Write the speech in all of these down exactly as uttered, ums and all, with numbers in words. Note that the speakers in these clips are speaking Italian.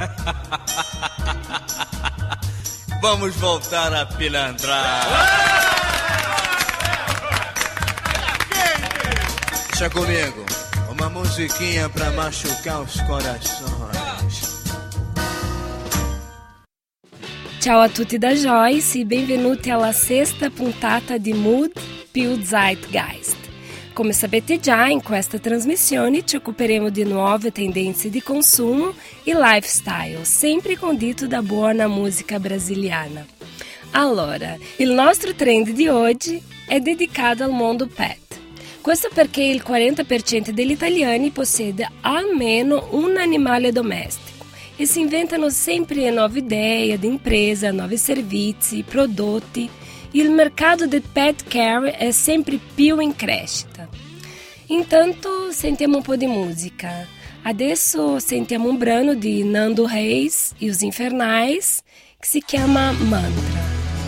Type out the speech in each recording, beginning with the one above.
Vamos voltar a pilantrar. Deixa comigo, uma musiquinha pra machucar os corações. Ciao a tutti da Joyce e benvenuti alla sesta puntata di Mood più Zeitgeist. Come sapete già, in questa trasmissione ci occuperemo di nuove tendenze di consumo e lifestyle, sempre condito da buona musica brasiliana. Allora, il nostro trend di oggi è dedicato al mondo pet. Questo perché il quaranta per cento degli italiani possiede almeno un animale domestico e si inventano sempre nuove idee di impresa, nuovi servizi, prodotti. Il mercato del pet care è sempre più in crescita. Intanto sentiamo un po' di musica. Adesso sentiamo un brano di Nando Reis e os Infernais che si chiama Mantra.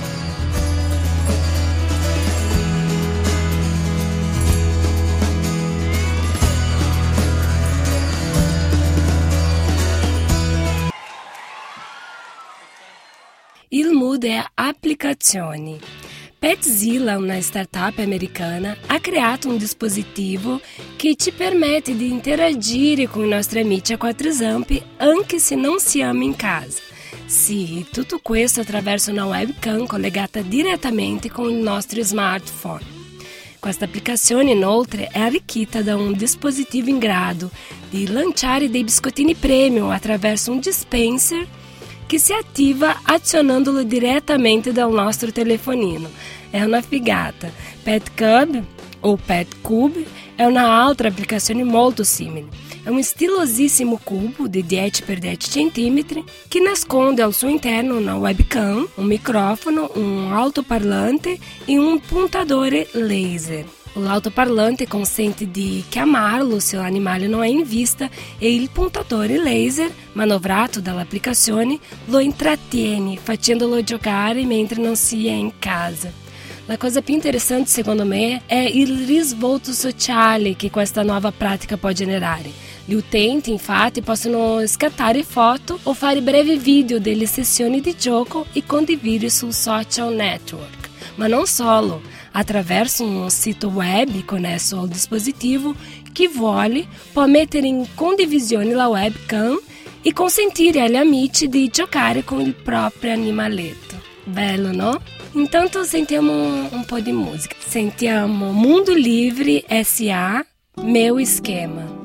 Il mood è applicazioni. Petzilla, una startup americana, ha creato un dispositivo che ci permette di interagire con i nostri amici a quattro zampe anche se non siamo in casa. Sì, tutto questo attraverso una webcam collegata direttamente con il nostro smartphone. Questa applicazione inoltre è arricchita da un dispositivo in grado di lanciare dei biscottini premium attraverso un dispenser che si attiva azionandolo direttamente dal nostro telefonino. È una figata. Pet Cub o Pet Cube è un'altra applicazione molto simile. È un stilosissimo cubo di dieci per dieci centimetri che nasconde al suo interno una webcam, un microfono, un altoparlante e un puntatore laser. L'altoparlante consente di chiamarlo se l'animale non è in vista e il puntatore laser, manovrato dall'applicazione, lo intrattiene facendolo giocare mentre non si è in casa. La cosa più interessante secondo me è il risvolto sociale che questa nuova pratica può generare. Gli utenti infatti possono scattare foto o fare brevi video delle sessioni di gioco e condividere sul social network. Ma non solo, attraverso un sito web connesso al dispositivo, chi vuole può mettere in condivisione la webcam e consentire agli amici di giocare con il proprio animaletto. Bello, no? Intanto sentiamo un po' di musica. Sentiamo Mundo Livre S A, Meu Esquema.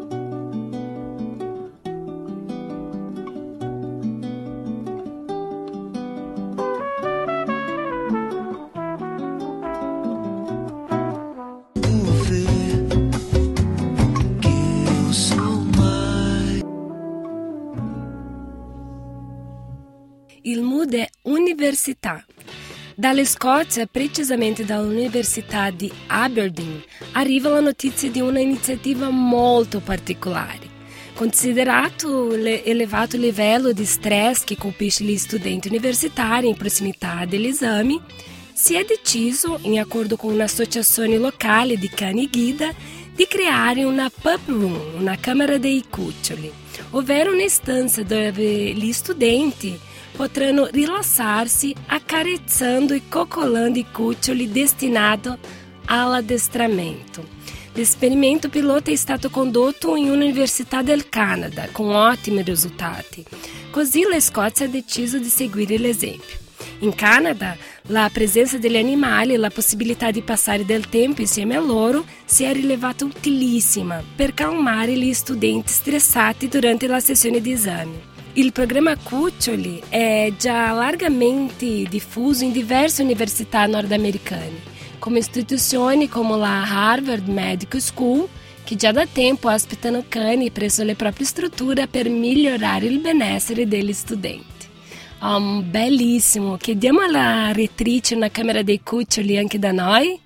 Il mood è università. Dalla Scozia, precisamente dall'Università di Aberdeen, arriva la notizia di una iniziativa molto particolare. Considerato l'elevato livello di stress che colpisce gli studenti universitari in prossimità degli esami, si è deciso, in accordo con un'associazione locale di cani guida, di creare una pup room, una camera dei cuccioli, ovvero un'istanza dove gli studenti potranno rilassarsi accarezzando e coccolando i cuccioli destinati all'addestramento. L'esperimento pilota è stato condotto in un'università del Canada con ottimi risultati. Così la Scozia ha deciso di seguire l'esempio. In Canada, la presenza degli animali e la possibilità di passare del tempo insieme a loro si è rilevata utilissima per calmare gli studenti stressati durante la sessione di esame. Il programma Cuccioli è già largamente diffuso in diverse università nordamericane, come istituzioni come la Harvard Medical School, che già da tempo ospitano cani presso le proprie strutture per migliorare il benessere degli studenti. Oh, bellissimo! Chiediamo alla rettrice una camera dei cuccioli anche da noi?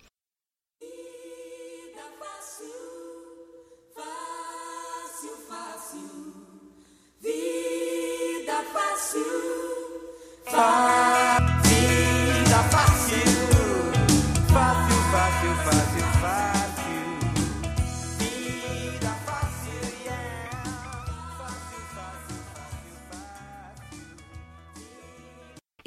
Vida fácil, fácil, fácil, fácil, fácil. Vida fácil, yeah. Fácil, fácil, fácil.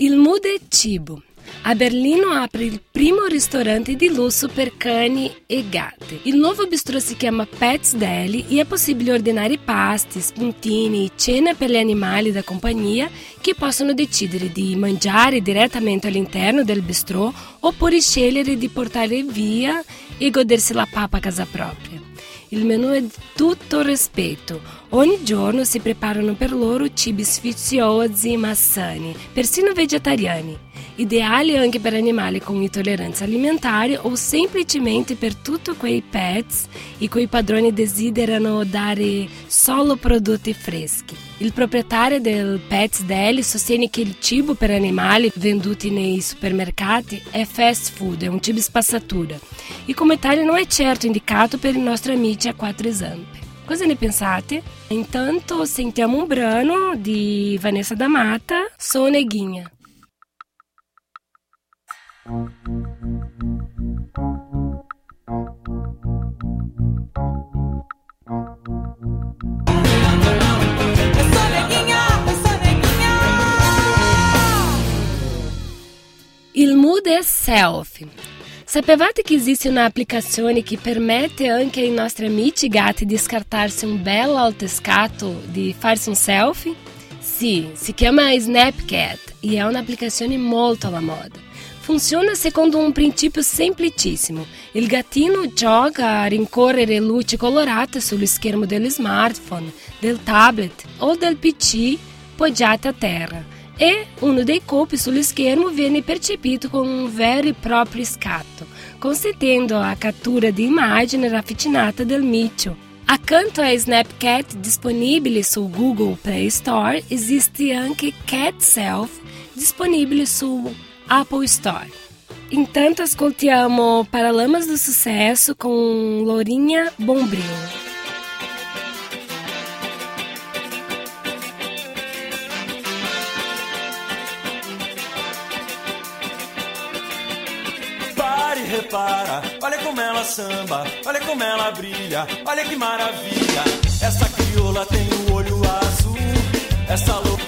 Il mood è cibo. A Berlino apre il primo ristorante di lusso per cani e gatti. Il nuovo bistrò si chiama Pets Deli e è possibile ordinare pasti, spuntini, cene per gli animali da compagnia che possono decidere di mangiare direttamente all'interno del bistrò oppure scegliere di portare via e godersi la pappa a casa propria. Il menù è di tutto rispetto. Ogni giorno si preparano per loro cibi sfiziosi ma sani, persino vegetariani. Ideali anche per animali con intolleranza alimentare o semplicemente per tutti quei pets i cui padroni desiderano dare solo prodotti freschi. Il proprietario del Pets Deli sostiene che il cibo per animali venduti nei supermercati è fast food, è un cibo spazzatura e come tale non è certo indicato per i nostri amici a quattro zampe. Cosa ne pensate? Intanto sentiamo un brano di Vanessa da Mata, Sou Neguinha. Il mood è selfie. Sapevate che esiste un'applicazione che permette anche ai nostri amici gatti di scartarsi un bello altescato di farsi un selfie? Sì, si chiama Snapcat e è un'applicazione molto alla moda. Funziona secondo un principio semplicissimo. Il gattino gioca a rincorrere luci colorate sullo schermo dello smartphone, del tablet o del P C poggiati a terra e uno dei colpi sullo schermo viene percepito con un vero e proprio scatto, consentendo a cattura di immagine raffinata del micio. Accanto a Snapcat disponibile su Google Play Store, esiste anche Cat Self disponibile su Apple Store. Intanto ascoltiamo Paralamas do Sucesso com Lourinha Bombril. Repara, olha como ela samba, olha como ela brilha, olha que maravilha. Essa crioula tem o olho azul, essa louca.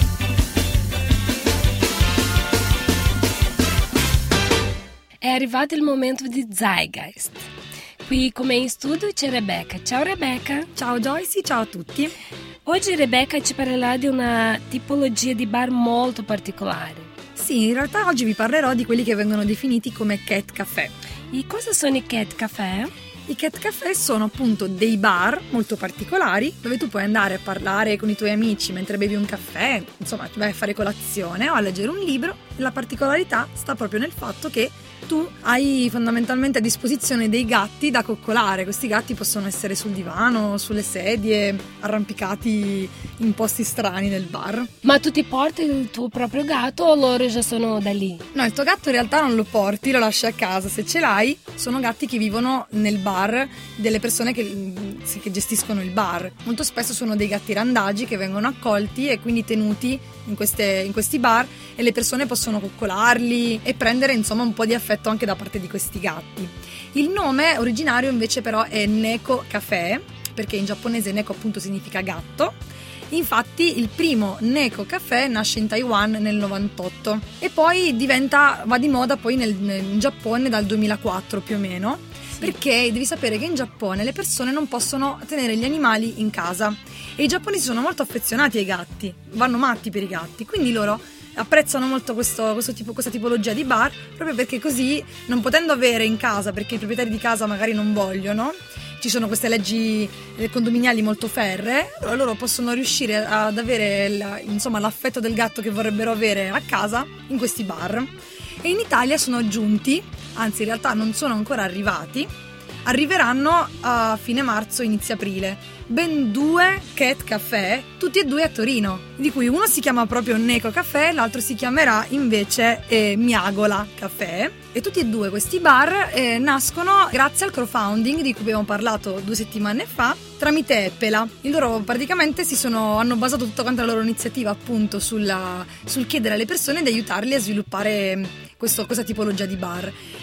È arrivato il momento di Zeitgeist. Qui con me in studio c'è Rebecca. Ciao Rebecca. Ciao Joyce, ciao a tutti. Oggi Rebecca ci parlerà di una tipologia di bar molto particolare. Sì, in realtà oggi vi parlerò di quelli che vengono definiti come cat café. E cosa sono i cat café? I cat café sono appunto dei bar molto particolari dove tu puoi andare a parlare con i tuoi amici mentre bevi un caffè, insomma vai a fare colazione o a leggere un libro. La particolarità sta proprio nel fatto che tu hai fondamentalmente a disposizione dei gatti da coccolare. Questi gatti possono essere sul divano, sulle sedie, arrampicati in posti strani nel bar. Ma tu ti porti il tuo proprio gatto o loro già sono da lì? No, il tuo gatto in realtà non lo porti, lo lasci a casa. Se ce l'hai, sono gatti che vivono nel bar delle persone che, che gestiscono il bar. Molto spesso sono dei gatti randagi che vengono accolti e quindi tenuti in, queste, in questi bar e le persone possono coccolarli e prendere insomma un po' di affetto anche da parte di questi gatti. Il nome originario invece però è Neko Café, perché in giapponese Neko appunto significa gatto. Infatti il primo Neko Café nasce in Taiwan nel novantotto e poi diventa, va di moda poi nel, nel, in Giappone dal duemilaquattro più o meno, sì. Perché devi sapere che in Giappone le persone non possono tenere gli animali in casa e i giapponesi sono molto affezionati ai gatti, vanno matti per i gatti, quindi loro apprezzano molto questo, questo tipo, questa tipologia di bar proprio perché così, non potendo avere in casa, perché i proprietari di casa magari non vogliono, ci sono queste leggi condominiali molto ferree, allora loro possono riuscire ad avere il, insomma, l'affetto del gatto che vorrebbero avere a casa in questi bar. E in Italia sono giunti, anzi in realtà non sono ancora arrivati, arriveranno a fine marzo, inizio aprile, ben due cat café, tutti e due a Torino, di cui uno si chiama proprio Neko Café, l'altro si chiamerà invece eh, Miagola Café. E tutti e due questi bar eh, nascono grazie al crowdfunding di cui abbiamo parlato due settimane fa tramite Epela. E loro praticamente si sono, hanno basato tutta quanta la loro iniziativa appunto sulla, sul chiedere alle persone di aiutarli a sviluppare questo, questa tipologia di bar.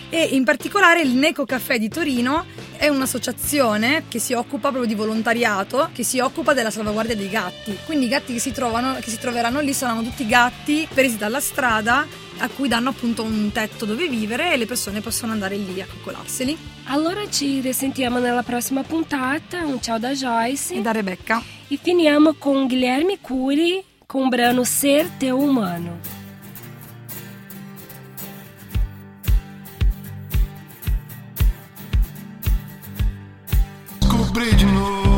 E in particolare il Neco Caffè di Torino è un'associazione che si occupa proprio di volontariato, che si occupa della salvaguardia dei gatti. Quindi i gatti che si trovano, che si troveranno lì saranno tutti gatti presi dalla strada, a cui danno appunto un tetto dove vivere e le persone possono andare lì a coccolarseli. Allora ci risentiamo nella prossima puntata. Un ciao da Joyce E da Rebecca. e finiamo con Guilherme Cury com o brano Ser Teu Humano. Descobri de novo.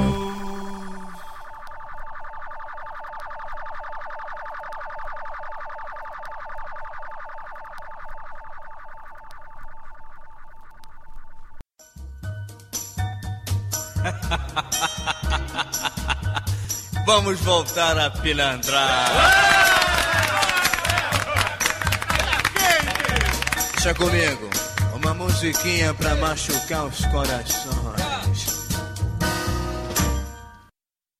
Vamos voltar a pilantrar. Deixa comigo, uma musiquinha pra machucar os corações.